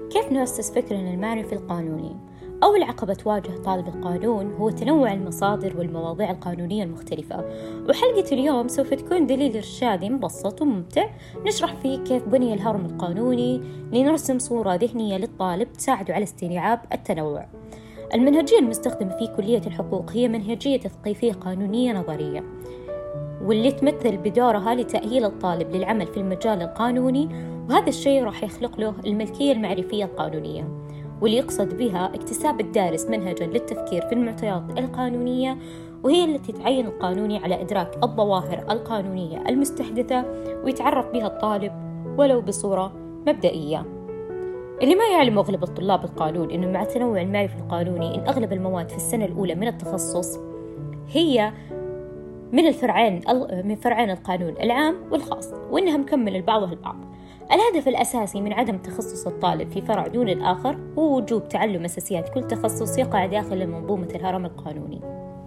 كيف نؤسس فكرنا المعرفي القانوني؟ أول عقبة تواجه طالب القانون هو تنوع المصادر والمواضيع القانونية المختلفة، وحلقة اليوم سوف تكون دليل إرشادي مبسط وممتع نشرح فيه كيف بني الهرم القانوني لنرسم صورة ذهنية للطالب تساعده على استيعاب التنوع. المنهجية المستخدمة في كلية الحقوق هي منهجية تثقيفية قانونية نظرية، واللي تمثل بدورها لتأهيل الطالب للعمل في المجال القانوني، وهذا الشيء راح يخلق له الملكية المعرفية القانونية، واللي يقصد بها اكتساب الدارس منهجا للتفكير في المعطيات القانونية، وهي التي تعين القانوني على إدراك الظواهر القانونية المستحدثة ويتعرف بها الطالب ولو بصورة مبدئية. اللي ما يعلم أغلب الطلاب القانون إنه مع التنوع المعرفي القانوني إن أغلب المواد في السنة الأولى من التخصص هي من فرعين القانون العام والخاص، وإنها مكملة لبعضها البعض. الهدف الأساسي من عدم تخصص الطالب في فرع دون الآخر هو وجوب تعلم أساسيات كل تخصص يقع داخل منظومة الهرم القانوني.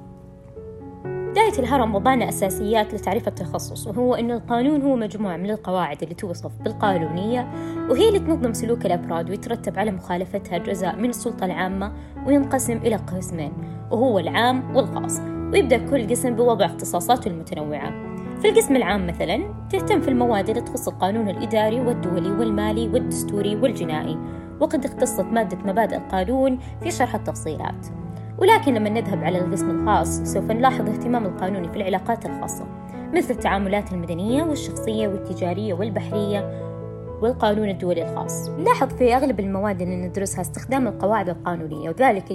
بداية الهرم وضعنا أساسيات لتعريف التخصص، وهو أن القانون هو مجموعة من القواعد اللي توصف بالقانونية، وهي اللي تنظم سلوك الأفراد ويترتب على مخالفتها جزاء من السلطة العامة، وينقسم إلى قسمين وهو العام والخاص، ويبدأ كل قسم بوضع اختصاصاته المتنوعة. في القسم العام مثلا تهتم في المواد اللي تخص القانون الإداري والدولي والمالي والدستوري والجنائي، وقد اختصت مادة مبادئ القانون في شرح التفصيلات. ولكن لما نذهب على القسم الخاص سوف نلاحظ اهتمام القانوني في العلاقات الخاصة مثل التعاملات المدنية والشخصية والتجارية والبحرية والقانون الدولي الخاص. نلاحظ في أغلب المواد اللي ندرسها استخدام القواعد القانونية، وذلك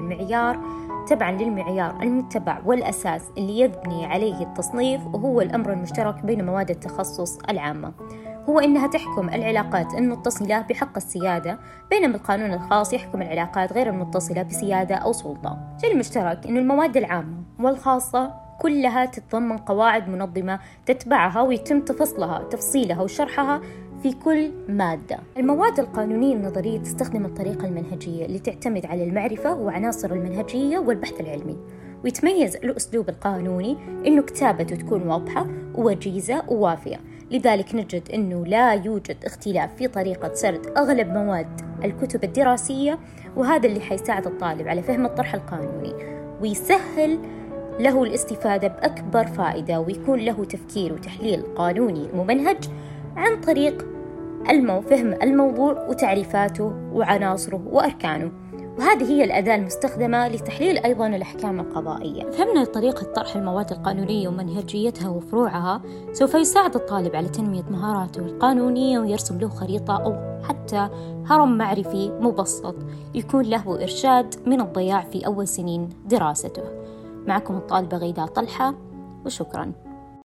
تبعا للمعيار المتبع والأساس اللي يبني عليه التصنيف، وهو الأمر المشترك بين مواد التخصص العامة، هو إنها تحكم العلاقات المتصلة بحق السيادة، بينما القانون الخاص يحكم العلاقات غير المتصلة بسيادة أو سلطة. الشيء المشترك إن المواد العامة والخاصة كلها تتضمن قواعد منظمة تتبعها ويتم تفصيلها وشرحها في كل مادة. المواد القانونية النظرية تستخدم الطريقة المنهجية اللي تعتمد على المعرفة وعناصر المنهجية والبحث العلمي، ويتميز الأسلوب القانوني إنه كتابته تكون واضحة ووجيزة ووافية. لذلك نجد أنه لا يوجد اختلاف في طريقة سرد أغلب مواد الكتب الدراسية، وهذا اللي حيساعد الطالب على فهم الطرح القانوني ويسهل له الاستفادة بأكبر فائدة، ويكون له تفكير وتحليل قانوني ممنهج عن طريق فهم الموضوع وتعريفاته وعناصره وأركانه. وهذه هي الأداة المستخدمة لتحليل أيضاً الأحكام القضائية. فهمنا طريقة طرح المواد القانونية ومنهجيتها وفروعها سوف يساعد الطالب على تنمية مهاراته القانونية، ويرسم له خريطة أو حتى هرم معرفي مبسط يكون له إرشاد من الضياع في أول سنين دراسته. معكم الطالبة غيداء طلحة، وشكراً.